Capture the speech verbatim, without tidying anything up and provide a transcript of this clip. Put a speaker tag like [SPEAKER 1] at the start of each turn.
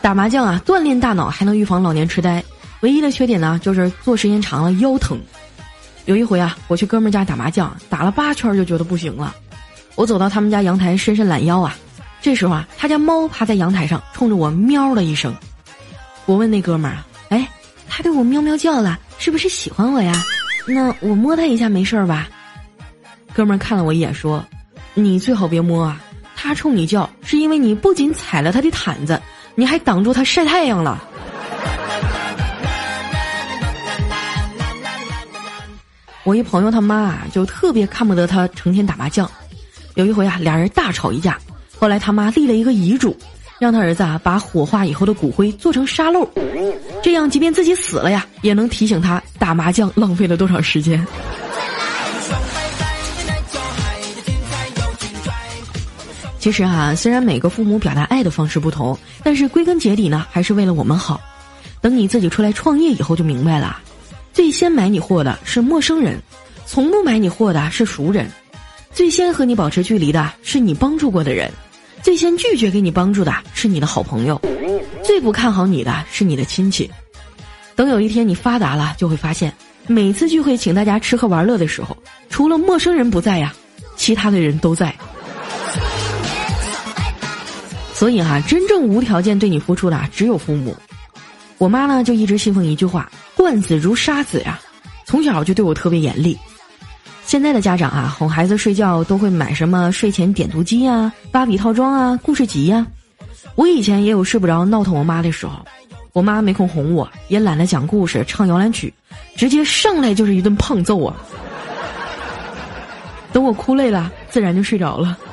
[SPEAKER 1] 打麻将啊，锻炼大脑还能预防老年痴呆，唯一的缺点呢，就是坐时间长了腰疼。有一回啊，我去哥们家打麻将，打了八圈就觉得不行了。我走到他们家阳台伸伸懒腰啊，这时候啊，他家猫趴在阳台上，冲着我喵了一声。我问那哥们儿啊，哎，他对我喵喵叫了，是不是喜欢我呀？那我摸他一下没事吧？哥们儿看了我一眼说，你最好别摸啊，他冲你叫是因为你不仅踩了他的毯子，你还挡住他晒太阳了。我一朋友他妈啊，就特别看不得他成天打麻将。有一回啊，俩人大吵一架，后来他妈立了一个遗嘱，让他儿子啊把火化以后的骨灰做成沙漏，这样即便自己死了呀，也能提醒他打麻将浪费了多少时间。其实啊，虽然每个父母表达爱的方式不同，但是归根结底呢，还是为了我们好。等你自己出来创业以后就明白了，最先买你货的是陌生人，从不买你货的是熟人。最先和你保持距离的是你帮助过的人，最先拒绝给你帮助的是你的好朋友，最不看好你的是你的亲戚。等有一天你发达了，就会发现每次聚会请大家吃喝玩乐的时候，除了陌生人不在呀，其他的人都在。所以哈、啊，真正无条件对你付出的只有父母。我妈呢就一直信奉一句话，惯子如杀子呀，从小就对我特别严厉。现在的家长啊，哄孩子睡觉都会买什么睡前点读机啊、芭比套装啊、故事集呀、啊。我以前也有睡不着闹腾我妈的时候，我妈没空哄我，也懒得讲故事唱摇篮曲，直接上来就是一顿胖揍啊。等我哭累了，自然就睡着了。